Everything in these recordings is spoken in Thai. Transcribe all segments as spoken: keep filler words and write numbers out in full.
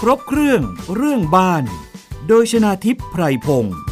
ครบเครื่องเรื่องบ้านโดยชนาทิพย์ไพรพงศ์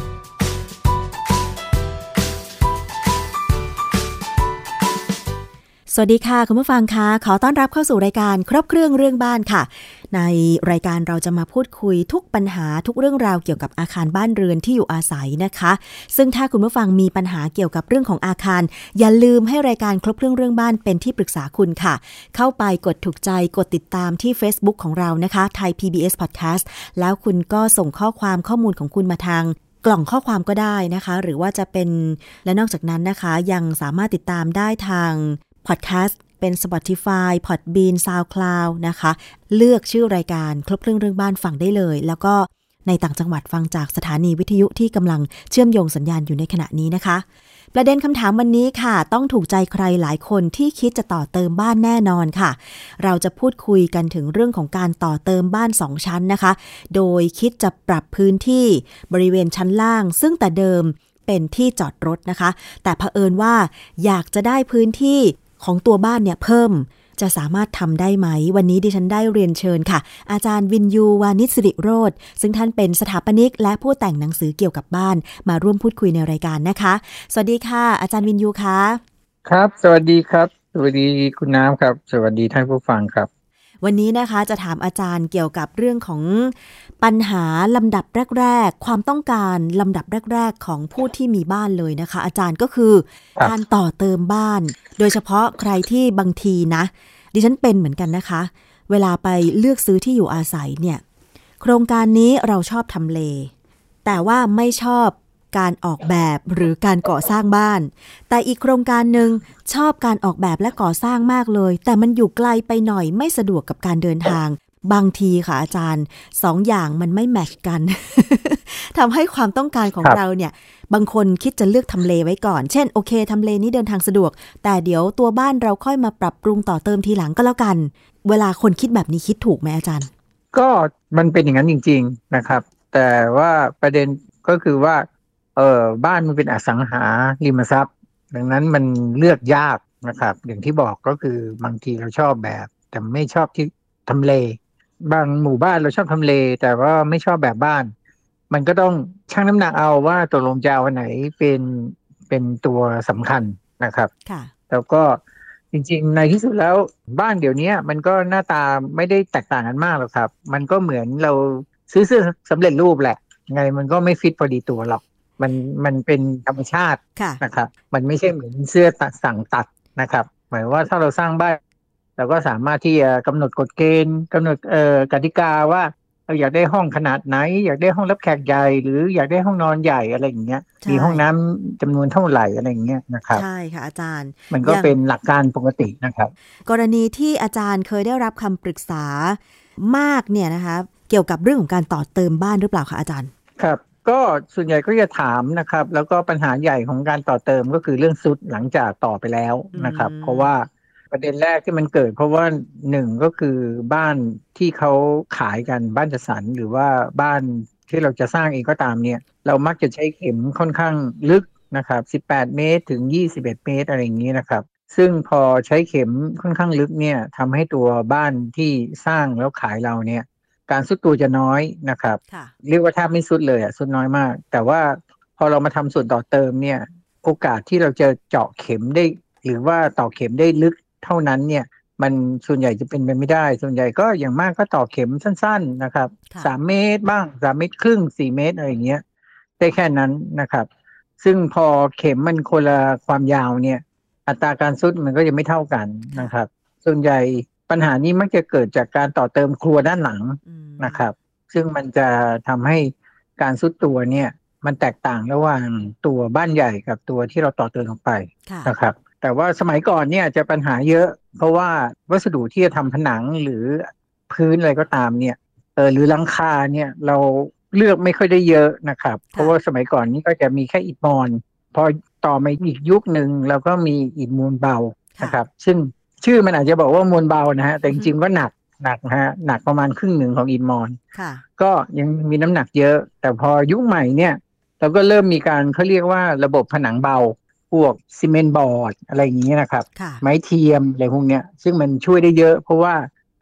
สวัสดีค่ะคุณผู้ฟังคะขอต้อนรับเข้าสู่รายการครบเครื่องเรื่องบ้านค่ะในรายการเราจะมาพูดคุยทุกปัญหาทุกเรื่องราวเกี่ยวกับอาคารบ้านเรือนที่อยู่อาศัยนะคะซึ่งถ้าคุณผู้ฟังมีปัญหาเกี่ยวกับเรื่องของอาคารอย่าลืมให้รายการครบเครื่องเรื่องบ้านเป็นที่ปรึกษาคุณค่ะเข้าไปกดถูกใจกดติดตามที่ Facebook ของเรานะคะ Thai พี บี เอส Podcast แล้วคุณก็ส่งข้อความข้อมูลของคุณมาทางกล่องข้อความก็ได้นะคะหรือว่าจะเป็นและนอกจากนั้นนะคะยังสามารถติดตามได้ทางพอดแคสต์เป็น Spotify, Podbean, SoundCloud นะคะเลือกชื่อรายการครบเครื่องเรื่องบ้านฟังได้เลยแล้วก็ในต่างจังหวัดฟังจากสถานีวิทยุที่กำลังเชื่อมโยงสัญญาณอยู่ในขณะนี้นะคะประเด็นคำถามวันนี้ค่ะต้องถูกใจใครหลายคนที่คิดจะต่อเติมบ้านแน่นอนค่ะเราจะพูดคุยกันถึงเรื่องของการต่อเติมบ้านสองชั้นนะคะโดยคิดจะปรับพื้นที่บริเวณชั้นล่างซึ่งแต่เดิมเป็นที่จอดรถนะคะแต่เผอิญว่าอยากจะได้พื้นที่ของตัวบ้านเนี่ยเพิ่มจะสามารถทำได้ไหมวันนี้ดิฉันได้เรียนเชิญค่ะอาจารย์วินยูวานิชสิริโรจน์ซึ่งท่านเป็นสถาปนิกและผู้แต่งหนังสือเกี่ยวกับบ้านมาร่วมพูดคุยในรายการนะคะสวัสดีค่ะอาจารย์วินยูค่ะครับสวัสดีครับสวัสดีคุณน้ำครับสวัสดีท่านผู้ฟังครับวันนี้นะคะจะถามอาจารย์เกี่ยวกับเรื่องของปัญหาลำดับแรกๆความต้องการลำดับแรกๆของผู้ที่มีบ้านเลยนะคะอาจารย์ก็คือการต่อเติมบ้านโดยเฉพาะใครที่บางทีนะดิฉันเป็นเหมือนกันนะคะเวลาไปเลือกซื้อที่อยู่อาศัยเนี่ยโครงการนี้เราชอบทำเลแต่ว่าไม่ชอบการออกแบบหรือการก่อสร้างบ้านแต่อีกโครงการนึงชอบการออกแบบและก่อสร้างมากเลยแต่มันอยู่ไกลไปหน่อยไม่สะดวกกับการเดินทางบางทีค่ะอาจารย์สองอย่างมันไม่แมทช์กัน ทำให้ความต้องการของเราเนี่ยบางคนคิดจะเลือกทำเลไว้ก่อนเช่นโอเคทำเลนี้เดินทางสะดวกแต่เดี๋ยวตัวบ้านเราค่อยมาปรับปรุงต่อเติมทีหลังก็แล้วกันเวลาคนคิดแบบนี้คิดถูกไหมอาจารย์ก็มันเป็นอย่างนั้นจริงๆนะครับแต่ว่าประเด็นก็คือว่าเออบ้านมันเป็นอสังหาริมทรัพย์ดังนั้นมันเลือกยากนะครับอย่างที่บอกก็คือบางทีเราชอบแบบแต่ไม่ชอบที่ทำเลบางหมู่บ้านเราชอบทำเลแต่ว่าไม่ชอบแบบบ้านมันก็ต้องชั่งน้ำหนักเอาว่าตกลงจะเอาอันไหนเป็นเป็นตัวสำคัญนะครับแล้วก็จริงๆในที่สุดแล้วบ้านเดี๋ยวนี้มันก็หน้าตาไม่ได้แตกต่างกันมากหรอกครับมันก็เหมือนเราซื้อเสื้อสำเร็จรูปแหละไงมันก็ไม่ฟิตพอดีตัวหรอกมันมันเป็นธรรมชาตินะครับมันไม่ใช่เหมือนเสื้อตัดสั่งตัดนะครับหมายว่าถ้าเราสร้างบ้านเราก็สามารถที่จะกำหนดกฎเกณฑ์กำหนดเอ่อกติกาว่าเราอยากได้ห้องขนาดไหนอยากได้ห้องรับแขกใหญ่หรืออยากได้ห้องนอนใหญ่อะไรอย่างเงี้ยมีห้องน้ำจำนวนเท่าไหร่อะไรอย่างเงี้ยนะครับใช่ค่ะอาจารย์มันก็เป็นหลักการปกตินะครับกรณีที่อาจารย์เคยได้รับคำปรึกษามากเนี่ยนะคะเกี่ยวกับเรื่องของการต่อเติมบ้านหรือเปล่าคะอาจารย์ครับก็ส่วนใหญ่ก็จะถามนะครับแล้วก็ปัญหาใหญ่ของการต่อเติมก็คือเรื่องซุดหลังจากต่อไปแล้วนะครับเพราะว่าประเด็นแรกที่มันเกิดเพราะว่าหนึ่งก็คือบ้านที่เขาขายกันบ้านจัดสรรหรือว่าบ้านที่เราจะสร้างเองก็ตามเนี่ยเรามักจะใช้เข็มค่อนข้างลึกนะครับสิบแปดเมตรถึงยี่สิบเอ็ดเมตรอะไรอย่างนี้นะครับซึ่งพอใช้เข็มค่อนข้างลึกเนี่ยทำให้ตัวบ้านที่สร้างแล้วขายเราเนี่ยการซุดตัวจะน้อยนะครับเรียกว่าแทบไม่ซุดเลยอ่ะซุดน้อยมากแต่ว่าพอเรามาทำส่วนต่อเติมเนี่ยโอกาสที่เราจะเจาะเข็มได้หรือว่าต่อเข็มได้ลึกเท่านั้นเนี่ยมันส่วนใหญ่จะเป็นไปไม่ได้ส่วนใหญ่ก็อย่างมากก็ต่อเข็มสั้นๆนะครับสามเมตรบ้างสามเมตรครึ่งสี่เมตรอะไรอย่างเงี้ยได้แค่นั้นนะครับซึ่งพอเข็มมันคนละความยาวเนี่ยอัตราการซุดมันก็จะไม่เท่ากันนะครับส่วนใหญ่ปัญหานี้มักจะเกิดจากการต่อเติมครัวด้านหลังนะครับซึ่งมันจะทำให้การซุดตัวเนี่ยมันแตกต่างระหว่างตัวบ้านใหญ่กับตัวที่เราต่อเติมลงไปนะครับแต่ว่าสมัยก่อนเนี่ยจะปัญหาเยอะเพราะว่าวัสดุที่จะทำผนังหรือพื้นอะไรก็ตามเนี่ยเออหรือหลังคาเนี่ยเราเลือกไม่ค่อยได้เยอะนะครับเพราะว่าสมัยก่อนนี้ก็จะมีแค่อิฐมอนพอต่อมาอีกยุคหนึ่งเราก็มีอิฐมวลเบานะครับซึ่งชื่อมันอาจจะบอกว่ามวลเบานะฮะแต่จริงๆก็หนักหนักนะฮะหนักประมาณครึ่งหนึ่งของอิฐมอนก็ยังมีน้ำหนักเยอะแต่พอยุคใหม่เนี่ยเราก็เริ่มมีการเขาเรียกว่าระบบผนังเบาพวกซีเมนต์บอร์ดอะไรอย่างนี้นะครับไม้เทียมอะไรพวกเนี้ยซึ่งมันช่วยได้เยอะเพราะว่า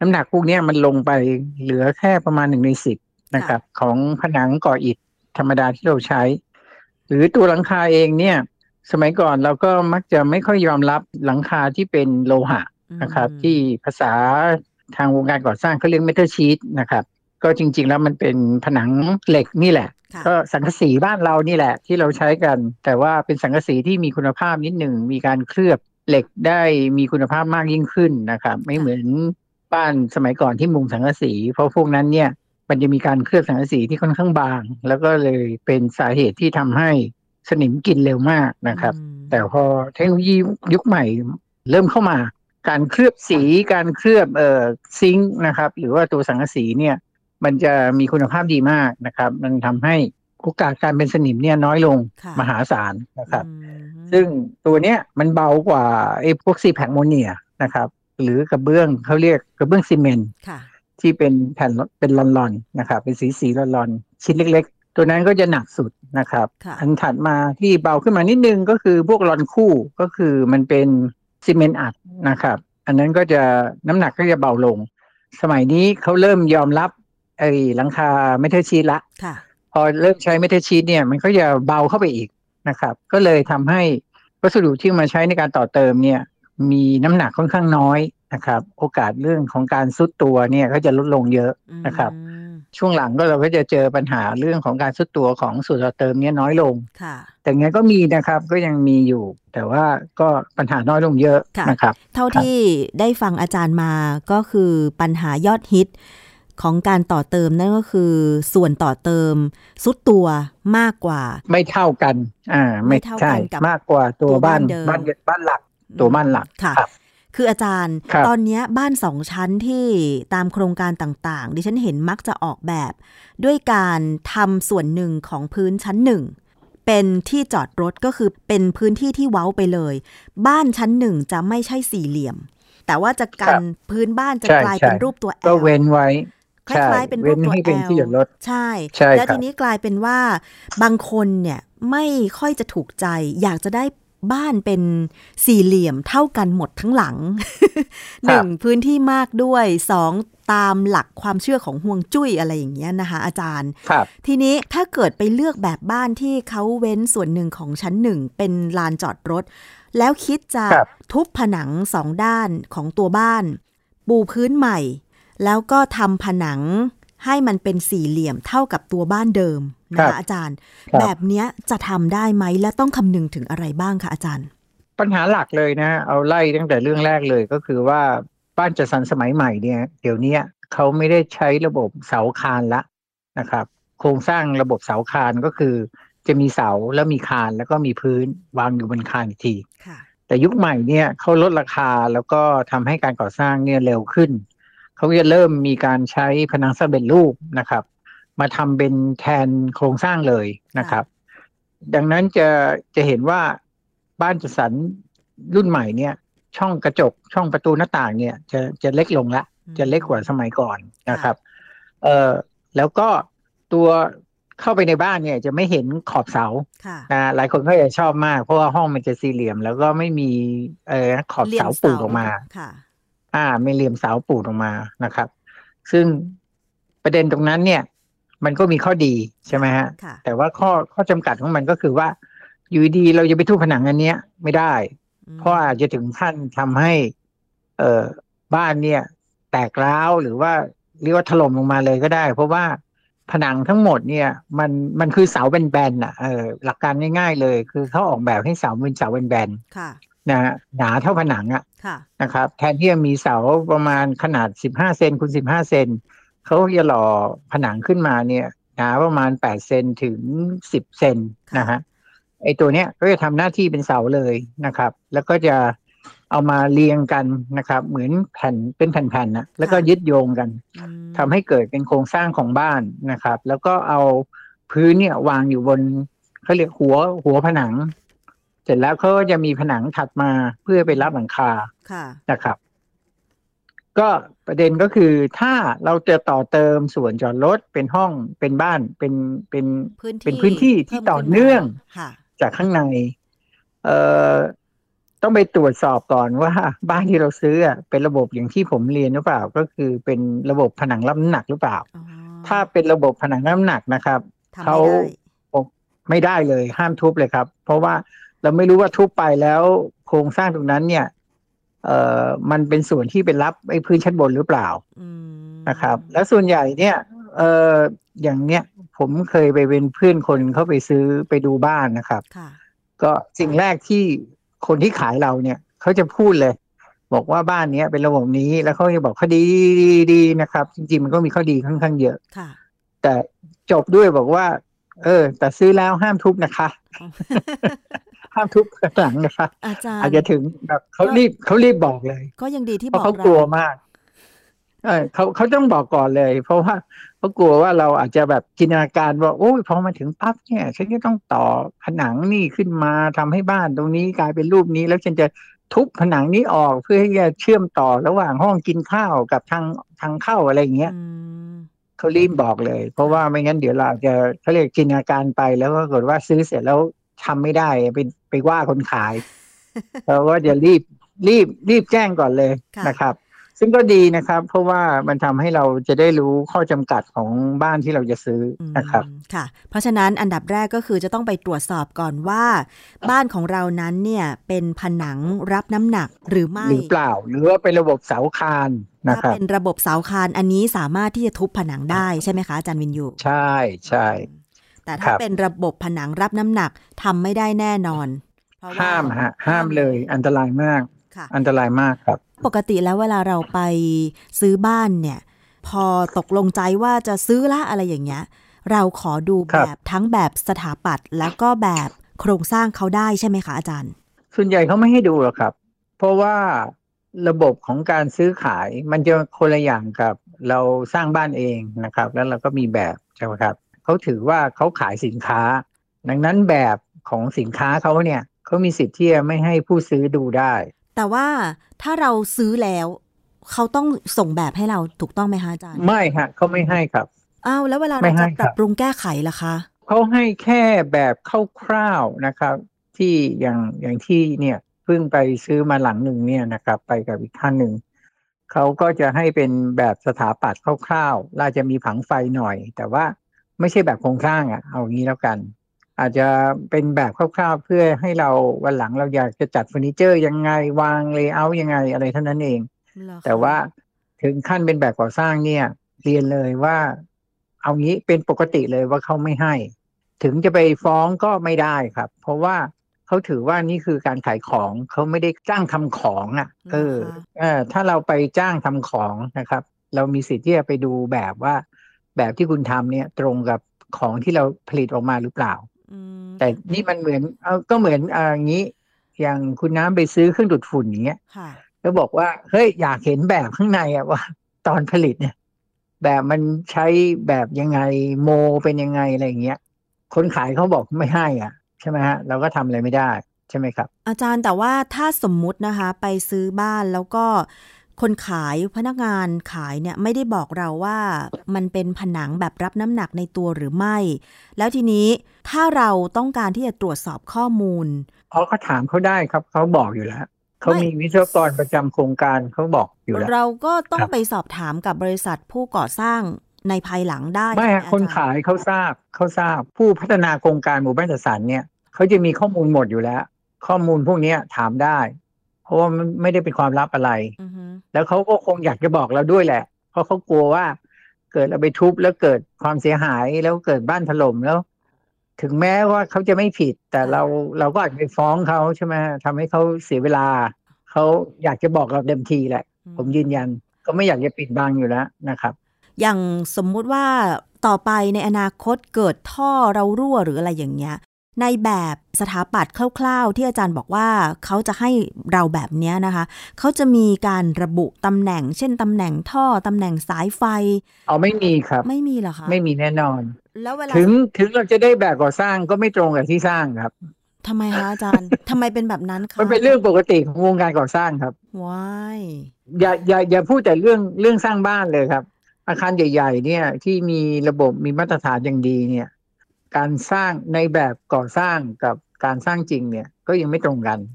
น้ำหนักพวกนี้มันลงไปเหลือแค่ประมาณหนึ่งในสิบนะครับของผนังก่ออิฐธรรมดาที่เราใช้หรือตัวหลังคาเองเนี่ยสมัยก่อนเราก็มักจะไม่ค่อยยอมรับหลังคาที่เป็นโลหะนะครับที่ภาษาทางวงการก่อสร้างเขาเรียกเมทัลชีทนะครับก็จริงๆแล้วมันเป็นผนังเหล็กนี่แหละก็สังกะสีบ้านเรานี่แหละที่เราใช้กันแต่ว่าเป็นสังกะสีที่มีคุณภาพนิดหนึ่งมีการเคลือบเหล็กได้มีคุณภาพมากยิ่งขึ้นนะครับไม่เหมือนบ้านสมัยก่อนที่มุงสังกะสีเพราะพวกนั้นเนี่ยมันจะมีการเคลือบสังกะสีที่ค่อนข้างบางแล้วก็เลยเป็นสาเหตุที่ทำให้สนิมกินเร็วมากนะครับแต่พอเทคโนโลยียุคใหม่เริ่มเข้ามาการเคลือบสีการเคลือบเอ่อซิงค์นะครับหรือว่าตัวสังกะสีเนี่ยมันจะมีคุณภาพดีมากนะครับมันทำให้โอกาสการเป็นสนิมเนี่ยน้อยลงมหาศาลนะครับซึ่งตัวเนี้ยมันเบากว่าไอ้พวกซีแพคโมเนียนะครับหรือกระเบื้องเขาเรียกกระเบื้องซีเมนต์ที่เป็นแผ่นเป็นลอนๆนะครับเป็นสีสีลอนๆชิ้นเล็กๆตัวนั้นก็จะหนักสุดนะครับอันถัดมาที่เบาขึ้นมานิดนึงก็คือพวกลอนคู่ก็คือมันเป็นซีเมนต์อัดนะครับอันนั้นก็จะน้ำหนักก็จะเบาลงสมัยนี้เขาเริ่มยอมรับไอ้หลังคาเมทัลชีทละพอเริ่มใช้เมทัลชีทเนี่ยมันก็จะเบาเข้าไปอีกนะครับก็เลยทำให้วัสดุที่มาใช้ในการต่อเติมเนี่ยมีน้ำหนักค่อนข้างน้อยนะครับโอกาสเรื่องของการซุดตัวเนี่ยก็จะลดลงเยอะนะครับช่วงหลังก็เราก็จะเจอปัญหาเรื่องของการซุดตัวของสูตรต่อเติมเนี่ยน้อยลงแต่งั้นก็มีนะครับก็ยังมีอยู่แต่ว่าก็ปัญหาน้อยลงเยอะนะครับเท่าที่ได้ฟังอาจารย์มาก็คือปัญหายอดฮิตของการต่อเติมนั่นก็คือส่วนต่อเติมซุดตัวมากกว่าไม่เท่ากันอ่าไม่เท่ากันกับมากกว่าตัวบ้านบ้านบ้านหลักตัวบ้านหลักค่ะคืออาจารย์ตอนนี้บ้านสองชั้นที่ตามโครงการต่างๆดิฉันเห็นมักจะออกแบบด้วยการทำส่วนหนึ่งของพื้นชั้นหนึ่งเป็นที่จอดรถก็คือเป็นพื้นที่ที่เว้าไปเลยบ้านชั้นหนึ่งจะไม่ใช่สี่เหลี่ยมแต่ว่าจะกันพื้นบ้านจะกลายเป็นรูปตัว L ก็เว้นไว้คล้ายๆเป็นรูปตัว L ใช่แล้วทีนี้กลายเป็นว่าบางคนเนี่ยไม่ค่อยจะถูกใจอยากจะได้บ้านเป็นสี่เหลี่ยมเท่ากันหมดทั้งหลัง หนึ่งพื้นที่มากด้วยสองตามหลักความเชื่อของฮวงจุ้ยอะไรอย่างเงี้ยนะคะอาจารย์ทีนี้ถ้าเกิดไปเลือกแบบบ้านที่เขาเว้นส่วนหนึ่งของชั้นหนึ่งเป็นลานจอดรถแล้วคิดจะทุบผนังสองด้านของตัวบ้านปูพื้นใหม่แล้วก็ทำผนังให้มันเป็นสี่เหลี่ยมเท่ากับตัวบ้านเดิมนะคะอาจารย์แบบนี้จะทำได้ไหมและต้องคำนึงถึงอะไรบ้างคะอาจารย์ปัญหาหลักเลยนะเอาไล่ตั้งแต่เรื่องแรกเลยก็คือว่าบ้านจัดสรรสมัยใหม่เนี่ยเดี๋ยวนี้เขาไม่ได้ใช้ระบบเสาคานละนะครับโครงสร้างระบบเสาคานก็คือจะมีเสาแล้วมีคานแล้วก็มีพื้นวางอยู่บนคานอีกทีแต่ยุคใหม่เนี่ยเขาลดราคาแล้วก็ทำให้การก่อสร้างเนี่ยเร็วขึ้นเขาจะเริ่มมีการใช้ผนังสำเร็จรูปนะครับมาทำเป็นแทนโครงสร้างเลยนะครับดังนั้นจะจะเห็นว่าบ้านจัดสรรรุ่นใหม่เนี่ยช่องกระจกช่องประตูหน้าต่างเนี่ยจะจะเล็กลงละจะเล็กกว่าสมัยก่อนนะครับเอ่อแล้วก็ตัวเข้าไปในบ้านเนี่ยจะไม่เห็นขอบเสานะหลายคนก็จะชอบมากเพราะว่าห้องมันจะสี่เหลี่ยมแล้วก็ไม่มีเอ่อขอบเสาปูดออกมาอ่าไม่เหลี่ยมเสาปูดออกมานะครับซึ่งประเด็นตรงนั้นเนี่ยมันก็มีข้อดีใช่ไหมฮะแต่ว่าข้อข้อจำกัดของมันก็คือว่าอยู่ดีเราจะไปทุบผนังอันเนี้ยไม่ได้เพราะอาจจะถึงขั้นทำให้เอ่อบ้านเนี่ยแตกร้าวหรือว่าเรียกว่าถล่มลงมาเลยก็ได้เพราะว่าผนังทั้งหมดเนี่ยมันมันคือเสาแบนๆอ่ะเออหลักการง่ายๆเลยคือเขาออกแบบให้เสาเป็นเสาแบนๆนะหนาเท่าผนังอ่ะนะครับแทนที่จะมีเสาประมาณขนาดสิบห้าเซนคูณสิบห้าเซนเขาจะหล่อผนังขึ้นมาเนี่ยหนาประมาณแปดเซนถึงสิบเซนนะฮะไอ้ตัวเนี้ยก็จะทำหน้าที่เป็นเสาเลยนะครับแล้วก็จะเอามาเรียงกันนะครับเหมือนแผ่นเป็นแผ่นๆนะแล้วก็ยึดโยงกันทำให้เกิดเป็นโครงสร้างของบ้านนะครับแล้วก็เอาพื้นเนี่ยวางอยู่บนเขาเรียกหัวหัวผนังเสร็จแล้วเขาก็จะมีผนังถัดมาเพื่อไปรับหลังคานะครับก็ประเด็นก็คือถ้าเราจะต่อเติมส่วนจอดรถเป็นห้องเป็นบ้านเป็นเป็นเป็นพื้นที่ที่ต่อเนื่องจากข้างในเอ่อต้องไปตรวจสอบก่อนว่าบ้านที่เราซื้อเป็นระบบอย่างที่ผมเรียนหรือเปล่าก็คือเป็นระบบผนังรับน้ำหนักหรือเปล่าถ้าเป็นระบบผนังรับน้ำหนักนะครับเขาไม่ได้เลยห้ามทุบเลยครับเพราะว่าเราไม่รู้ว่าทุบไปแล้วโครงสร้างตรงนั้นเนี่ยเอ่อมันเป็นส่วนที่เป็นรับไอ้พื้นชั้นบนหรือเปล่านะครับแล้วส่วนใหญ่เนี่ยเอ่ออย่างเนี้ยผมเคยไปเป็นเพื่อนคนเข้าไปซื้อไปดูบ้านนะครับก็สิ่งแรกที่คนที่ขายเราเนี่ยเขาจะพูดเลยบอกว่าบ้านนี้เป็นระบบนี้แล้วเขาจะบอกข้อดีดีนะครับจริงๆมันก็มีข้อดีค่อนข้างเยอะแต่จบด้วยบอกว่าเออแต่ซื้อแล้วห้ามทุบนะคะ ห้ามทุบผนังนะคะอาจารย์อาจจะถึงแบบเขารีบเขารีบบอกเลยก็ยังดีที่บอกเราเขากลัวมากเออเขาเขาต้องบอกก่อนเลยเพราะว่าเขากลัวว่าเราอาจจะแบบจินตนาการว่าโอ้ยพอมาถึงปั๊บเนี่ยฉันจะต้องต่อผนังนี่ขึ้นมาทำให้บ้านตรงนี้กลายเป็นรูปนี้แล้วฉันจะทุบผนังนี้ออกเพื่อให้จะเชื่อมต่อระหว่างห้องกินข้าวกับทางทางเข้าอะไรอย่างเงี้ยเขารีบบอกเลยเพราะว่าไม่งั้นเดี๋ยวเราจะเขาเรียกจินตนาการไปแล้วก็เกิดว่าซื้อเสร็จแล้วทำไม่ได้ไปไปว่าคนขายเราก็จะรีบรีบรีบแจ้งก่อนเลยนะครับซึ่งก็ดีนะครับเพราะว่ามันทำให้เราจะได้รู้ข้อจำกัดของบ้านที่เราจะซื้อนะครับค่ะเพราะฉะนั้นอันดับแรกก็คือจะต้องไปตรวจสอบก่อนว่าบ้านของเรานั้นเนี่ยเป็นผนังรับน้ำหนักหรือไม่หรือเปล่าหรือว่าเป็นระบบเสาคานนะครับถ้าเป็นระบบเสาคานอันนี้สามารถที่จะทุบผนังได้ใช่ไหมคะอาจารย์วินยูใช่ใช่แต่ถ้าเป็นระบบผนังรับน้ำหนักทำไม่ได้แน่นอนห้ามฮะห้ามเลยอันตรายมากอันตรายมากครับปกติแล้วเวลาเราไปซื้อบ้านเนี่ยพอตกลงใจว่าจะซื้อละอะไรอย่างเงี้ยเราขอดูแบบทั้งแบบสถาปัตย์แล้วก็แบบโครงสร้างเขาได้ใช่ไหมคะอาจารย์ส่วนใหญ่เขาไม่ให้ดูหรอกครับเพราะว่าระบบของการซื้อขายมันจะคนละอย่างกับเราสร้างบ้านเองนะครับแล้วเราก็มีแบบใช่ไหมครับเขาถือว่าเขาขายสินค้าดังนั้นแบบของสินค้าเขาเนี่ยเขามีสิทธิ์ที่จะไม่ให้ผู้ซื้อดูได้แต่ว่าถ้าเราซื้อแล้วเขาต้องส่งแบบให้เราถูกต้องไหมคะอาจารย์ไม่ฮะเขาไม่ให้ครับอ้าวแล้วเวลาเราจะปรับปรุงแก้ไขล่ะคะเขาให้แค่แบบคร่าวๆนะครับที่อย่างอย่างที่เนี่ยเพิ่งไปซื้อมาหลังหนึ่งเนี่ยนะครับไปกับอีกท่านหนึ่งเขาก็จะให้เป็นแบบสถาปัตย์คร่าวๆน่าจะมีผังไฟหน่อยแต่ว่าไม่ใช่แบบโครงสร้างอ่ะเอางี้แล้วกันอาจจะเป็นแบบคร่าวๆเพื่อให้เราวันหลังเราอยากจะจัดเฟอร์นิเจอร์ยังไงวางเลเยอร์ยังไงอะไรเท่านั้นเองแต่ว่าถึงขั้นเป็นแบบก่อสร้างเนี่ยเรียนเลยว่าเอางี้เป็นปกติเลยว่าเขาไม่ให้ถึงจะไปฟ้องก็ไม่ได้ครับเพราะว่าเขาถือว่านี่คือการขายของเขาไม่ได้จ้างทำของอ่ะเออเออถ้าเราไปจ้างทำของนะครับเรามีสิทธิ์ที่จะไปดูแบบว่าแบบที่คุณทำเนี่ยตรงกับของที่เราผลิตออกมาหรือเปล่าแต่นี่มันเหมือนเออก็เหมือนอ่าอย่างนี้อย่างคุณน้ำไปซื้อเครื่องดูดฝุ่นอย่างเงี้ยแล้วบอกว่าเฮ้ยอยากเห็นแบบข้างในอะว่าตอนผลิตเนี่ยแบบมันใช้แบบยังไงโมเป็นยังไงอะไรอย่างเงี้ยคนขายเขาบอกไม่ให้อ่ะใช่ไหมฮะเราก็ทำอะไรไม่ได้ใช่ไหมครับอาจารย์แต่ว่าถ้าสมมุตินะคะไปซื้อบ้านแล้วก็คนขายพนักงานขายเนี่ยไม่ได้บอกเราว่ามันเป็นผนังแบบรับน้ำหนักในตัวหรือไม่แล้วทีนี้ถ้าเราต้องการที่จะตรวจสอบข้อมูลอ๋อเขาถามเขาได้ครับเขาบอกอยู่แล้วเขามีวิศวกรประจำโครงการเขาบอกอยู่แล้วเราก็ต้องไปสอบถามกับบริษัทผู้ก่อสร้างในภายหลังได้ไม่คนขายเขาทราบเขาทราบผู้พัฒนาโครงการหมู่บ้านจัดสรรเนี่ยเขาจะมีข้อมูลหมดอยู่แล้วข้อมูลพวกนี้ถามได้เพราะว่ามันไม่ได้เป็นความลับอะไร uh-huh. แล้วเขาก็คงอยากจะบอกเราด้วยแหละเพราะเขากลัวว่าเกิดเราไปทุบแล้วเกิดความเสียหายแล้วเกิดบ้านถล่มแล้วถึงแม้ว่าเขาจะไม่ผิดแต่เราเราก็อาจจะไปฟ้องเขาใช่ไหมทำให้เขาเสียเวลาเขาอยากจะบอกเราเต็มทีแหละ uh-huh. ผมยืนยันเขาไม่อยากจะปิดบังอยู่แล้วนะครับอย่างสมมุติว่าต่อไปในอนาคตเกิดท่อเรารั่วหรืออะไรอย่างเงี้ยในแบบสถาปัตย์คร่าวๆที่อาจารย์บอกว่าเขาจะให้เราแบบนี้นะคะเขาจะมีการระบุตำแหน่งเช่นตำแหน่งท่อตำแหน่งสายไฟเอาไม่มีครับไม่มีเหรอคะไม่มีแน่นอนแล้วเวลาถึงถึงเราจะได้แบบก่อสร้างก็ไม่ตรงกับที่สร้างครับทำไมคะอาจารย์ ทำไมเป็นแบบนั้นคะมันเป็นเรื่องปกติของวงการก่อสร้างครับว้ายอย่าอย่าอย่าพูดแต่เรื่องเรื่องสร้างบ้านเลยครับอาคารใหญ่ๆเนี่ยที่มีระบบมีมาตรฐานอย่างดีเนี่ยการสร้างในแบบก่อสร้างกับการสร้างจริงเนี่ยก็ยังไม่ตรงกัน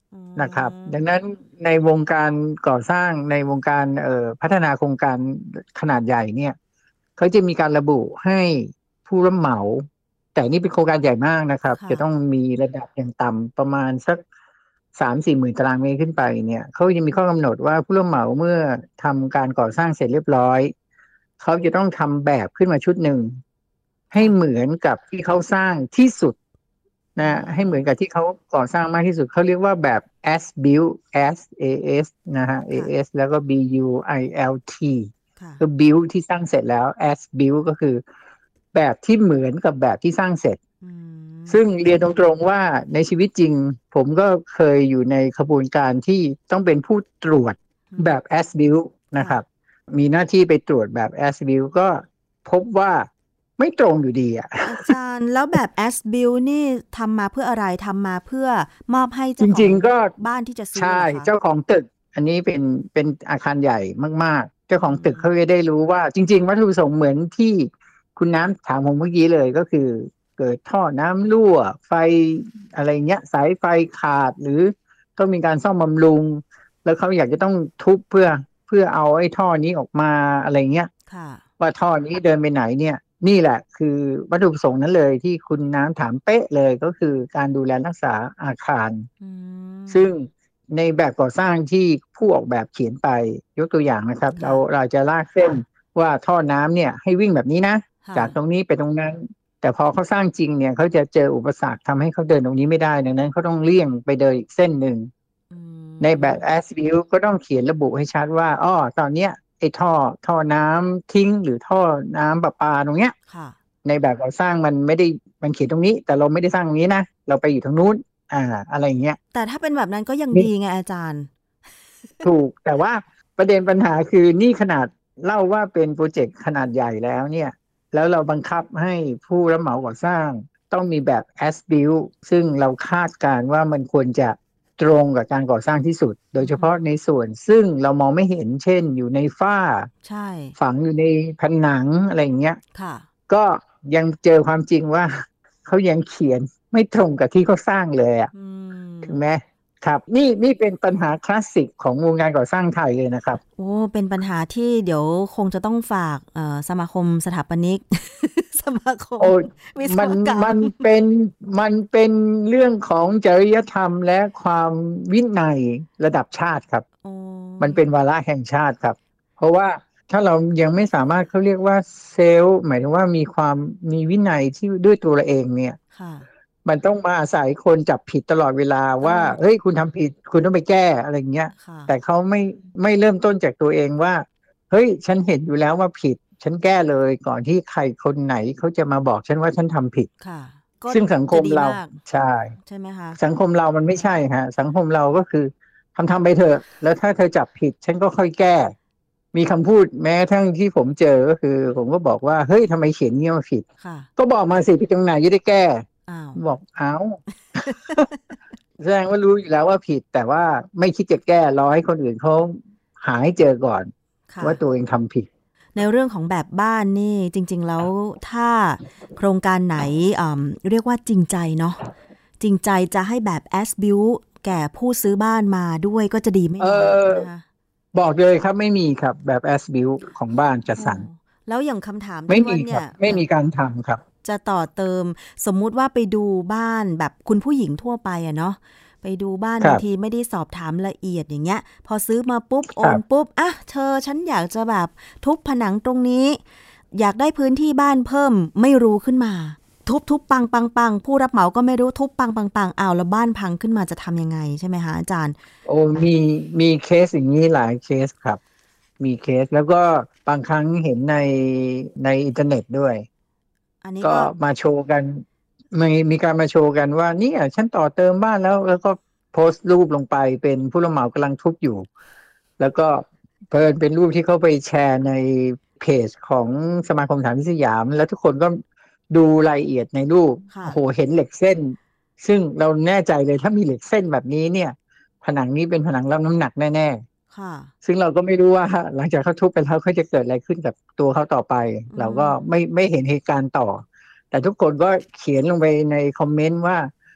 นะครับดังนั้นในวงการก่อสร้างในวงการเอ่อพัฒนาโครงการขนาดใหญ่เนี่ยเขาจะมีการระบุให้ผู้รับเหมาแต่นี่เป็นโครงการใหญ่มากนะครับจะต้องมีระดับอย่างต่ำประมาณสักสามสี่หมื่นตารางเมตรขึ้นไปเนี่ยเขาจะมีข้อกำหนดว่าผู้รับเหมาเมื่อทำการก่อสร้างเสร็จเรียบร้อยเขาจะต้องทำแบบขึ้นมาชุดหนึ่งให้เหมือนกับที่เขาสร้างที่สุดนะให้เหมือนกับที่เขาก่อสร้างมากที่สุดเขาเรียกว่าแบบ as built as as นะฮะ as แล้วก็ b u i l t ก็ build ที่สร้างเสร็จแล้ว as built ก็คือแบบที่เหมือนกับแบบที่สร้างเสร็จซึ่งเรียนตรงๆว่าในชีวิตจริงผมก็เคยอยู่ในขบวนการที่ต้องเป็นผู้ตรวจแบบ as built นะครับมีหน้าที่ไปตรวจแบบ as built ก็พบว่าไม่ตรงอยู่ดีอ่ะอาจารย์แล้วแบบ as built นี่ทำมาเพื่ออะไรทำมาเพื่อมอบให้เจ้าของบ้านที่จะซื้อใช่เจ้าของตึกอันนี้เป็นเป็นอาคารใหญ่มากๆเจ้าของตึกเขาจะได้รู้ว่าจริงๆวัตถุประสงค์เหมือนที่คุณน้ำถามผมเมื่อกี้เลยก็คือเกิดท่อน้ำรั่วไฟอะไรเงี้ยสายไฟขาดหรือต้องมีการซ่อมบำรุงแล้วเขาอยากจะต้องทุบเพื่อเพื่อเอาไอ้ท่อนี้ออกมาอะไรเงี้ยว่าท่อนี้เดินไปไหนเนี่ยนี่แหละคือวัตถุประสงค์นั้นเลยที่คุณน้ำถามเป๊ะเลยก็คือการดูแลรักษาอาคารซึ่งในแบบก่อสร้างที่ผู้ออกแบบเขียนไปยกตัวอย่างนะครับเราเราจะลากเส้นว่าท่อน้ำเนี่ยให้วิ่งแบบนี้นะจากตรงนี้ไปตรงนั้นแต่พอเขาสร้างจริงเนี่ยเขาจะเจออุปสรรคทำให้เขาเดินตรงนี้ไม่ได้ดังนั้นเขาต้องเลี่ยงไปเดินอีกเส้นหนึ่งในแบบ as built ก็ต้องเขียนระบุให้ชัดว่าอ้อตอนเนี้ยไอ้ท่อท่อน้ำทิ้งหรือท่อน้ำประปาตรงเนี้ยในแบบก่อสร้างมันไม่ได้มันเขียนตรงนี้แต่เราไม่ได้สร้างตรงนี้นะเราไปอยู่ทางนู้นอ่าอะไรเงี้ยแต่ถ้าเป็นแบบนั้นก็ยังดีไงอาจารย์ถูกแต่ว่าประเด็นปัญหาคือนี่ขนาดเล่าว่าเป็นโปรเจกต์ขนาดใหญ่แล้วเนี่ยแล้วเราบังคับให้ผู้รับเหมาก่อสร้างต้องมีแบบ as built ซึ่งเราคาดการว่ามันควรจะตรงกับการก่อสร้างที่สุดโดยเฉพาะในส่วนซึ่งเรามองไม่เห็นเช่นอยู่ในฝ้าใช่ฝังอยู่ในผนังอะไรอย่างเงี้ยค่ะก็ยังเจอความจริงว่าเขายังเขียนไม่ตรงกับที่เขาสร้างเลยอ่ะถึงแม้ครับนี่นี่เป็นปัญหาคลาสสิกของวงการก่อสร้างไทยเลยนะครับโอ้เป็นปัญหาที่เดี๋ยวคงจะต้องฝากเอ่อสมาคมสถาปนิกสมาคมวิศวกรรมมันเป็นมันเป็นเรื่องของจริยธรรมและความวินัยระดับชาติครับมันเป็นวาระแห่งชาติครับเพราะว่าถ้าเรายังไม่สามารถเขาเรียกว่าเซลล์หมายถึงว่ามีความมีวินัยที่ด้วยตัวเราเองเนี่ยมันต้องมาอาศัยคนจับผิดตลอดเวลาว่าเฮ้ยคุณทำผิดคุณต้องไปแก้อะไรเงี้ยแต่เขาไม่ไม่เริ่มต้นจากตัวเองว่าเฮ้ยฉันเห็นอยู่แล้วว่าผิดฉันแก้เลยก่อนที่ใครคนไหนเขาจะมาบอกฉันว่าฉันทำผิดซึ่งสังคมเราใช่ใช่ไหมคะสังคมเรามันไม่ใช่ฮะสังคมเราก็คือทำทำไปเถอะแล้วถ้าเธอจับผิดฉันก็ค่อยแก้มีคำพูดแม้ทั้งที่ผมเจอก็คือผมก็บอกว่าเฮ้ยทำไมเขียนเงี้ยมาผิดก็บอกมาสิผิดตรงไหนจะได้แก้บอกเอ้าแสดงว่ารู้อยู่แล้วว่าผิดแต่ว่าไม่คิดจะแก้รอให้คนอื่นเขาหาให้เจอก่อนว่าตัวเองทำผิดในเรื่องของแบบบ้านนี่จริงๆแล้วถ้าโครงการไหนเรียกว่าจริงใจเนาะจริงใจจะให้แบบ as built แก่ผู้ซื้อบ้านมาด้วยก็จะดีไม่น้อยนะคะบอกเลยครับไม่มีครับแบบ as built ของบ้านจัดสรรแล้วอย่างคำถามไม่มีครับไม่มีการทำครับจะต่อเติมสมมุติว่าไปดูบ้านแบบคุณผู้หญิงทั่วไปอะเนาะไปดูบ้านบางทีไม่ได้สอบถามละเอียดอย่างเงี้ยพอซื้อมาปุ๊บโอนปุ๊บอ่ะเธอฉันอยากจะแบบทุบผนังตรงนี้อยากได้พื้นที่บ้านเพิ่มไม่รู้ขึ้นมาทุบทุบปังปังปังผู้รับเหมาก็ไม่รู้ทุบปังปังปังอ้าวแล้วบ้านพังขึ้นมาจะทำยังไงใช่ไหมคะอาจารย์โอ้มีมีเคสอย่างนี้หลายเคสครับมีเคสแล้วก็บางครั้งเห็นในในอินเทอร์เน็ตด้วยก็มาโชว์กันมีมีการมาโชว์กันว่าเนี่ยฉันต่อเติมบ้านแล้วแล้วก็โพสต์รูปลงไปเป็นผู้รับเหมากำลังทุบอยู่แล้วก็เพิ่นเป็นรูปที่เขาไปแชร์ในเพจของสมาคมสถาปนิกสยามแล้วทุกคนก็ดูรายละเอียดในรูปโอ้โหเห็นเหล็กเส้นซึ่งเราแน่ใจเลยถ้ามีเหล็กเส้นแบบนี้เนี่ยผนังนี้เป็นผนังรับน้ำหนักแน่ๆซึ่งเราก็ไม่รู้ว่าหลังจากเขาทุบไปแล้วเขาจะเกิดอะไรขึ้นกับตัวเขาต่อไปเราก็ไม่ไม่เห็นเหตุการณ์ต่อแต่ทุกคนก็เขียนลงไปในคอมเมนต์ว่า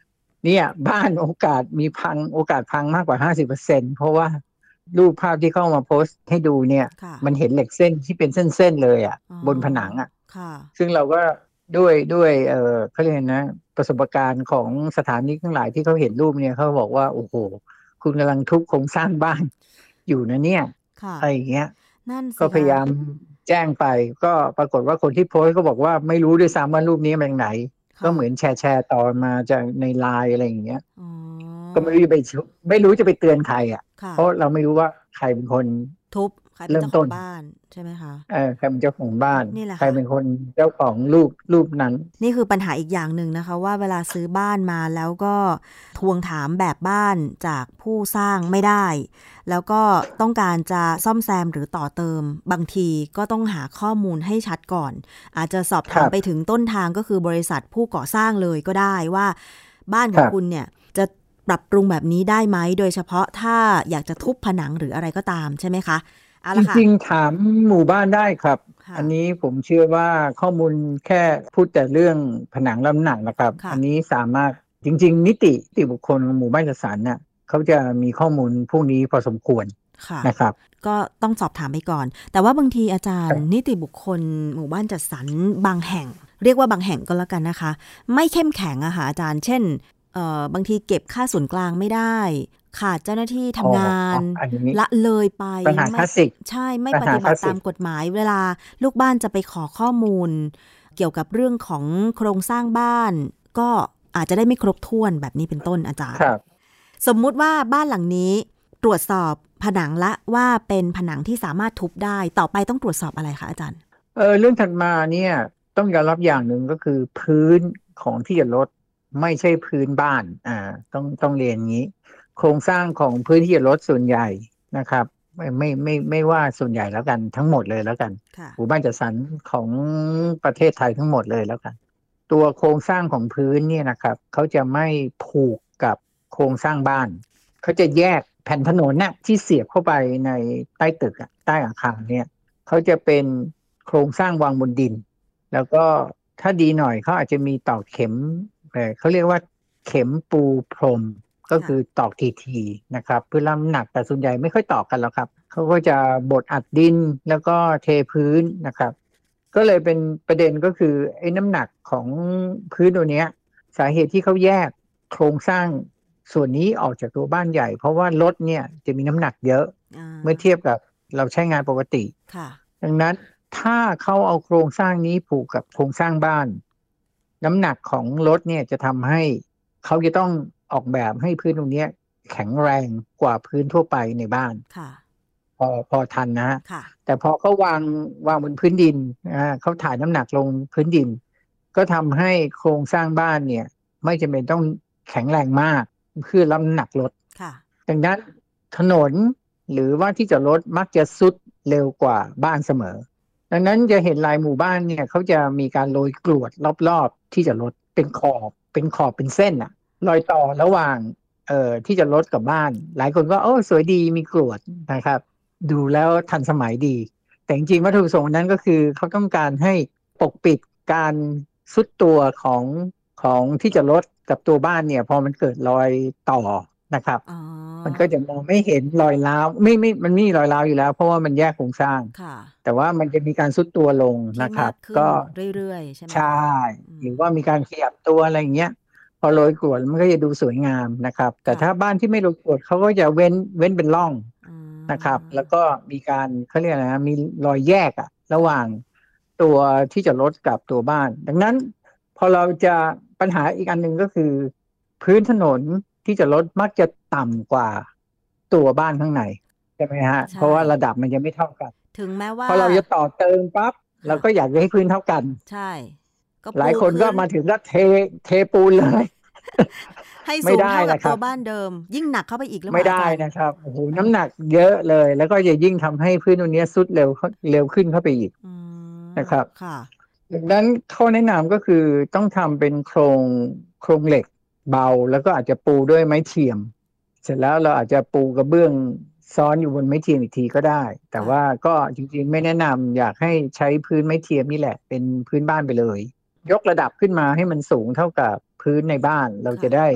เนี่ยบ้านโอกาสมีพังโอกาสพังมากกว่า ห้าสิบเปอร์เซ็นต์ เพราะว่ารูปภาพที่เข้ามาโพสต์ให้ดูเนี่ยมันเห็นเหล็กเส้นที่เป็นเส้นๆเลยอ่ะบนผนังอ่ะซึ่งเราก็ด้วยด้วยเออเขาเรียกนะประสบการณ์ของสถานีทั้งหลายที่เขาเห็นรูปเนี่ยเขาบอกว่าโอ้โหคุณกำลังทุบโครงสร้างบ้านอยู่นะเนี่ยอะไรอย่างเงี้ยก็พยายามแจ้งไปก็ปรากฏว่าคนที่โพสต์ก็บอกว่าไม่รู้ด้วยซ้ำว่ารูปนี้มาจากไหนก็เหมือนแชร์แชร์ต่อมาจากในไลน์อะไรอย่างเงี้ยก็ไม่รู้จะไปไม่รู้จะไปเตือนใครอ่ะเพราะเราไม่รู้ว่าใครเป็นคนทุบใครเป็นเจ้าของบ้านใช่ไหมคะเออใครเป็นเจ้าของบ้านใครเป็นคนเจ้าของรูปรูปนั้นนี่คือปัญหาอีกอย่างหนึ่งนะคะว่าเวลาซื้อบ้านมาแล้วก็ทวงถามแบบบ้านจากผู้สร้างไม่ได้แล้วก็ต้องการจะซ่อมแซมหรือต่อเติมบางทีก็ต้องหาข้อมูลให้ชัดก่อนอาจจะสอบถามไปถึงต้นทางก็คือบริษัทผู้ก่อสร้างเลยก็ได้ว่าบ้านของคุณเนี่ยจะปรับปรุงแบบนี้ได้ไหมโดยเฉพาะถ้าอยากจะทุบผนังหรืออะไรก็ตามใช่ไหมคะจริงๆถามหมู่บ้านได้ครับอันนี้ผมเชื่อว่าข้อมูลแค่พูดแต่เรื่องผนังและน้ำหนักนะครับอันนี้สามารถจริงๆนิตินิติบุคคลหมู่บ้านจัดสรรเนี่ยเขาจะมีข้อมูลพวกนี้พอสมควรนะครับก็ต้องสอบถามไปก่อนแต่ว่าบางทีอาจารย์นิติบุคคลหมู่บ้านจัดสรรบางแห่งเรียกว่าบางแห่งก็แล้วกันนะคะไม่เข้มแข็งอะค่ะอาจารย์เช่นเอ่อบางทีเก็บค่าส่วนกลางไม่ได้ขาดเจ้าหน้าที่ทำงานละเลยไปปัญหาคลาสสิกใช่ไม่ปฏิบัติตามกฎหมายเวลาลูกบ้านจะไปขอข้อมูลเกี่ยวกับเรื่องของโครงสร้างบ้านก็อาจจะได้ไม่ครบถ้วนแบบนี้เป็นต้นอาจารย์สมมุติว่าบ้านหลังนี้ตรวจสอบผนังละว่าเป็นผนังที่สามารถทุบได้ต่อไปต้องตรวจสอบอะไรคะอาจารย์เออเรื่องถัดมาเนี่ยต้องยอมรับอย่างหนึ่งก็คือพื้นของที่จะลดไม่ใช่พื้นบ้านอ่าต้องต้องเรียนงี้โครงสร้างของพื้นที่รถส่วนใหญ่นะครับไม่ไม่ไม่ไม่ว่าส่วนใหญ่แล้วกันทั้งหมดเลยแล้วกันหมู่บ้านจัดสรรของประเทศไทยทั้งหมดเลยแล้วกันตัวโครงสร้างของพื้นเนี่ยนะครับเขาจะไม่ผูกกับโครงสร้างบ้านเขาจะแยกแผ่นถนนน่ะที่เสียบเข้าไปในใต้ตึกอ่ะใต้อาคารเนี่ยเขาจะเป็นโครงสร้างวางบนดินแล้วก็ถ้าดีหน่อยเขาอาจจะมีตอกเข็มเขาเรียกว่าเข็มปูพรมก็คือตอกทีๆนะครับเพื่อรับน้ำหนักแต่ส่วนใหญ่ไม่ค่อยตอกกันแล้วครับเขาก็จะบดอัดดินแล้วก็เทพื้นนะครับก็เลยเป็นประเด็นก็คือไอ้น้ำหนักของพื้นตัวนี้สาเหตุที่เขาแยกโครงสร้างส่วนนี้ออกจากตัวบ้านใหญ่เพราะว่ารถเนี่ยจะมีน้ำหนักเยอะเมื่อเทียบกับเราใช้งานปกติดังนั้นถ้าเขาเอาโครงสร้างนี้ผูกกับโครงสร้างบ้านน้ำหนักของรถเนี่ยจะทำให้เขาจะต้องออกแบบให้พื้นตรงนี้แข็งแรงกว่าพื้นทั่วไปในบ้านพอพอทันนะแต่พอเขาวางวางบนพื้นดินอ่าเขาถ่ายน้ำหนักลงพื้นดินก็ทำให้โครงสร้างบ้านเนี่ยไม่จำเป็นต้องแข็งแรงมากเพื่อรับน้ำหนักรถดังนั้นถนนหรือว่าที่จอดรถมักจะซุดเร็วกว่าบ้านเสมอดังนั้นจะเห็นลายหมู่บ้านเนี่ยเขาจะมีการโรยกรวดรอบๆที่จอดรถเป็นขอบเป็นขอบเป็นเส้นอะรอยต่อระหว่างเอ่อที่จะรถกับบ้านหลายคนก็โอ้สวยดีมีกรวดนะครับดูแล้วทันสมัยดีแต่จริงๆวัตถุประสงค์นั้นก็คือเขาต้องการให้ปกปิดการซุดตัวของของที่จะรถกับตัวบ้านเนี่ยพอมันเกิดรอยต่อนะครับมันก็จะมองไม่เห็นรอยร้าวไม่ไม่มันไม่มีรอยร้าวอยู่แล้วเพราะว่ามันแยกโครงสร้างแต่ว่ามันจะมีการซุดตัวลงนะครับก็เรื่อยๆใช่ไหมใช่หรือว่ามีการขยับตัวอะไรอย่างเงี้ยพอโรยกรวดมันก็จะดูสวยงามนะครับแต่ถ้าบ้านที่ไม่โรยกรวดเขาก็จะเว้นเว้นเป็นร่องนะครับแล้วก็มีการเขาเรียกอะไรนะมีรอยแยกอะระหว่างตัวที่จะรถกับตัวบ้านดังนั้นพอเราจะปัญหาอีกอันหนึ่งก็คือพื้นถนนที่จะรถมักจะต่ำกว่าตัวบ้านข้างในใช่ไหมฮะเพราะว่าระดับมันจะไม่เท่ากันถึงแม้ว่าพอเราจะต่อเติมปั๊บเราก็อยากให้พื้นเท่ากันใช่หลายคนก็มาถึงก็เทเทปูนเลยให้สูงเท่ากับตัวบ้านเดิมยิ่งหนักเข้าไปอีกหรือไม่ได้นะครับโอ้โหน้ำหนักเยอะเลยแล้วก็จะยิ่งทำให้พื้นตรงนี้ซุดเร็วเร็วขึ้นเข้าไปอีกนะครับดังนั้นข้อแนะนำก็คือต้องทำเป็นโครงโครงเหล็กเบาแล้วก็อาจจะปูด้วยไม้เทียมเสร็จแล้วเราอาจจะปูกระเบื้องซ้อนอยู่บนไม้เทียมอีกทีก็ได้แต่ว่าก็จริงๆไม่แนะนำอยากให้ใช้พื้นไม้เทียมนี่แหละเป็นพื้นบ้านไปเลยยกระดับขึ้นมาให้มันสูงเท่ากับพื้นในบ้านเราจะได้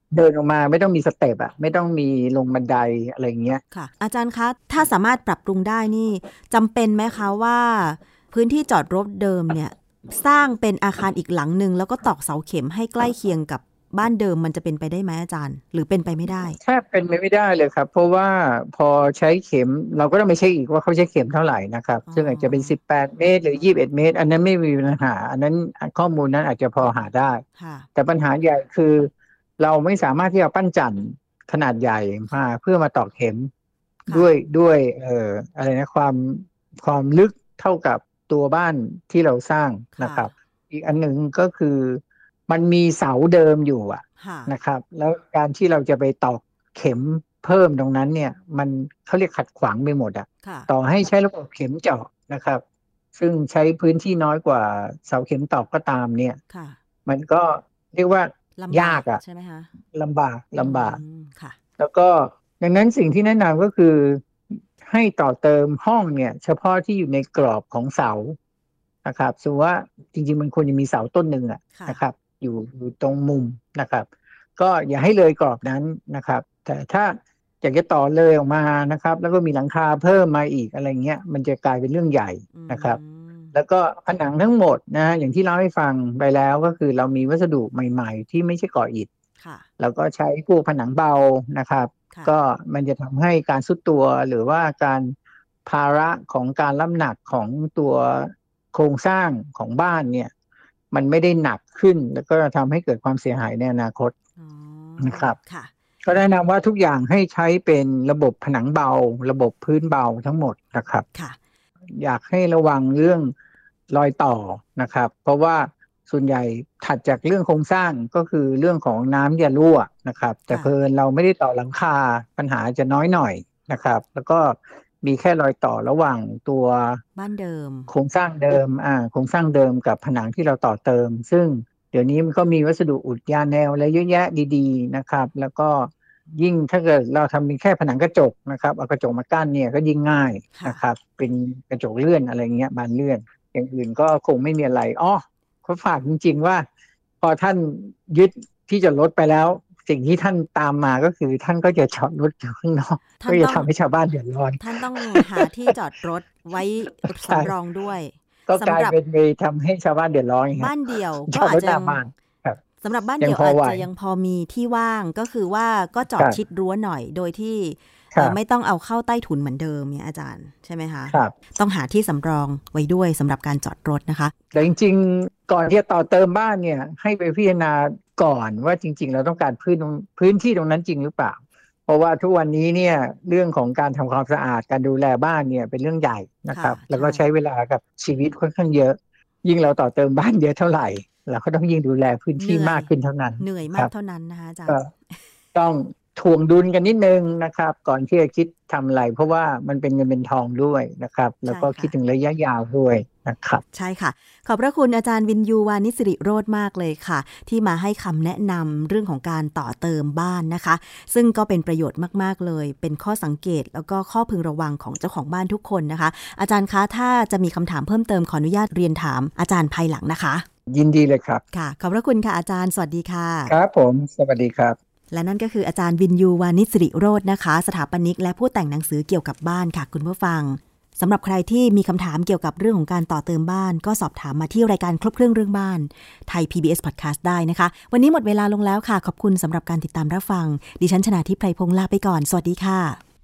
เดินออกมาไม่ต้องมีสเต็ปอะไม่ต้องมีลงบันไดอะไรเงี้ยค่ะอาจารย์คะถ้าสามารถปรับปรุงได้นี่จำเป็นไหมคะว่าพื้นที่จอดรถเดิมเนี่ยสร้างเป็นอาคารอีกหลังนึงแล้วก็ตอกเสาเข็มให้ใกล้เคียงกับบ้านเดิมมันจะเป็นไปได้ไหมอาจารย์หรือเป็นไปไม่ได้แทบเป็นไปไม่ได้เลยครับเพราะว่าพอใช้เข็มเราก็ต้องไปเช็คอีกว่าเขาใช้เข็มเท่าไหร่นะครับซึ่งอาจจะเป็นสิบแปดเมตรหรือยี่สิบเอ็ดเมตรอันนั้นไม่มีปัญหาอันนั้นข้อมูลนั้นอาจจะพอหาได้แต่ปัญหาใหญ่คือเราไม่สามารถที่จะปั้นจั่นขนาดใหญ่มาเพื่อมาตอกเข็มด้วยด้วยเอ่ออะไรนะความความลึกเท่ากับตัวบ้านที่เราสร้างนะครับอีกอันหนึ่งก็คือมันมีเสาเดิมอยู่อะนะครับแล้วการที่เราจะไปตอกเข็มเพิ่มตรงนั้นเนี่ยมันเขาเรียกขัดขวางไปหมดอะต่อให้ใช้ระบบเข็มเจาะนะครับซึ่งใช้พื้นที่น้อยกว่าเสาเข็มตอกก็ตามเนี่ยมันก็เรียกว่ายากอะใช่ไหมคะลำบากลำบากแล้วก็ดังนั้นสิ่งที่แนะนำก็คือให้ต่อเติมห้องเนี่ยเฉพาะที่อยู่ในกรอบของเสานะครับสมมติว่าจริงๆมันควรจะมีเสาต้นหนึ่งอะนะครับอยู่อยู่ตรงมุมนะครับก็อย่าให้เลยกรอบนั้นนะครับแต่ถ้าอยากจะต่อเลยออกมานะครับแล้วก็มีหลังคาเพิ่มมาอีกอะไรเงี้ยมันจะกลายเป็นเรื่องใหญ่นะครับแล้วก็ผนังทั้งหมดนะอย่างที่เล่าให้ฟังไปแล้วก็คือเรามีวัสดุใหม่ๆที่ไม่ใช่ก่ออิฐแล้วก็ใช้พวกผนังเบานะครับก็มันจะทำให้การทรุดตัวหรือว่าการภาระของการรับหนักของตัวโครงสร้างของบ้านเนี่ยมันไม่ได้หนักขึ้นแล้วก็ทำให้เกิดความเสียหายในอนาคตนะครับก็แนะนำว่าทุกอย่างให้ใช้เป็นระบบผนังเบาระบบพื้นเบาทั้งหมดนะครับอยากให้ระวังเรื่องรอยต่อนะครับเพราะว่าส่วนใหญ่ถัดจากเรื่องโครงสร้างก็คือเรื่องของน้ำจะรั่วนะครับแต่เพิ่นเราไม่ได้ต่อหลังคาปัญหาจะน้อยหน่อยนะครับแล้วก็มีแค่รอยต่อระหว่างตัวบ้านเดิมโครงสร้างเดิมอ่าโครงสร้างเดิมกับผนังที่เราต่อเติมซึ่งเดี๋ยวนี้มันก็มีวัสดุอุดยาแนวอะไรเยอะแยะดีๆนะครับแล้วก็ยิ่งถ้าเกิดเราทำเป็นแค่ผนังกระจกนะครับเอากระจกมากั้นเนี่ยก็ยิ่งง่ายนะครับเป็นกระจกเลื่อนอะไรเงี้ยบานเลื่อนอย่างอื่นก็คงไม่มีอะไรอ้อเขาฝากจริงๆว่าพอท่านยึดที่จอดรถไปแล้วสิ่งที่ท่านตามมาก็คือท่านก็จะจอดรถอยู่ข้างนอกก็จะทำให้ชาวบ้านเดือดร้อนท่านต้องหาที่จอดรถไว้สำรองด้วยก็กลายเป็นไปทำให้ชาวบ้านเดือดร้อนบ้านเดี่ยวก็อาจจะสำหรับบ้านเดี่ยวอาจจะยังพอมีที่ว่างก็คือว่าก็จอดชิดรั้วหน่อยโดยที่ไม่ต้องเอาเข้าใต้ถุนเหมือนเดิมเนี่ยอาจารย์ใช่ไหมคะต้องหาที่สำรองไว้ด้วยสำหรับการจอดรถนะคะแต่จริงๆก่อนที่จะต่อเติมบ้านเนี่ยให้ไปพิจารณาก่อนว่าจริงๆเราต้องการพื้นพื้นที่ตรงนั้นจริงหรือเปล่าเพราะว่าทุกวันนี้เนี่ยเรื่องของการทำความสะอาดการดูแลบ้านเนี่ยเป็นเรื่องใหญ่นะครับแล้วก็ใช้เวลากับชีวิตค่อนข้างเยอะยิ่งเราต่อเติมบ้านเยอะเท่าไหร่เราก็ต้องยิ่งดูแลพื้นที่มากขึ้นเท่านั้นเหนื่อยมากเท่านั้นนะคะอาจารย์ต้องถ่วงดุลกันนิดนึงนะครับก่อนที่จะคิดทำอะไรเพราะว่ามันเป็นเงินเป็นทองด้วยนะครับแล้วก็คิดถึงระยะยาวด้วยนะครับใช่ค่ะขอบพระคุณอาจารย์วินยูวานิสิริโรจน์มากเลยค่ะที่มาให้คำแนะนำเรื่องของการต่อเติมบ้านนะคะซึ่งก็เป็นประโยชน์มากๆเลยเป็นข้อสังเกตแล้วก็ข้อพึงระวังของเจ้าของบ้านทุกคนนะคะอาจารย์คะถ้าจะมีคำถามเพิ่มเติมขออนุญาตเรียนถามอาจารย์ภายหลังนะคะยินดีเลยครับค่ะขอบพระคุณค่ะอาจารย์สวัสดีค่ะครับผมสวัสดีครับและนั่นก็คืออาจารย์วินยูวานิสิริโรจน์นะคะสถาปนิกและผู้แต่งหนังสือเกี่ยวกับบ้านค่ะคุณผู้ฟังสำหรับใครที่มีคำถามเกี่ยวกับเรื่องของการต่อเติมบ้านก็สอบถามมาที่รายการครบเครื่องเรื่องบ้านไทย พี บี เอส Podcast ได้นะคะวันนี้หมดเวลาลงแล้วค่ะขอบคุณสำหรับการติดตามรับฟังดิฉันชนาธิป ไพรพงษ์ลาไปก่อนสวัสดีค่ะ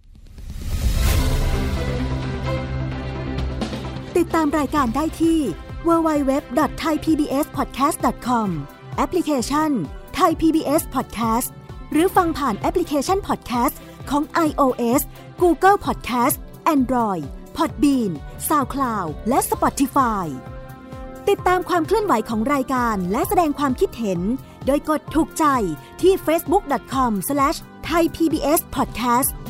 ติดตามรายการได้ที่ ดับเบิลยู ดับเบิลยู ดับเบิลยู ดอท ไทย พี บี เอส พอดแคสต์ ดอท คอม แอปพลิเคชัน Thai พี บี เอส Podcast หรือฟังผ่านแอปพลิเคชัน Podcast ของ iOS Google Podcast Android Podbean SoundCloud และ Spotify ติดตามความเคลื่อนไหวของรายการและแสดงความคิดเห็นโดยกดถูกใจที่ เฟซบุ๊ก ดอท คอม สแลช ไทย พี บี เอส พอดแคสต์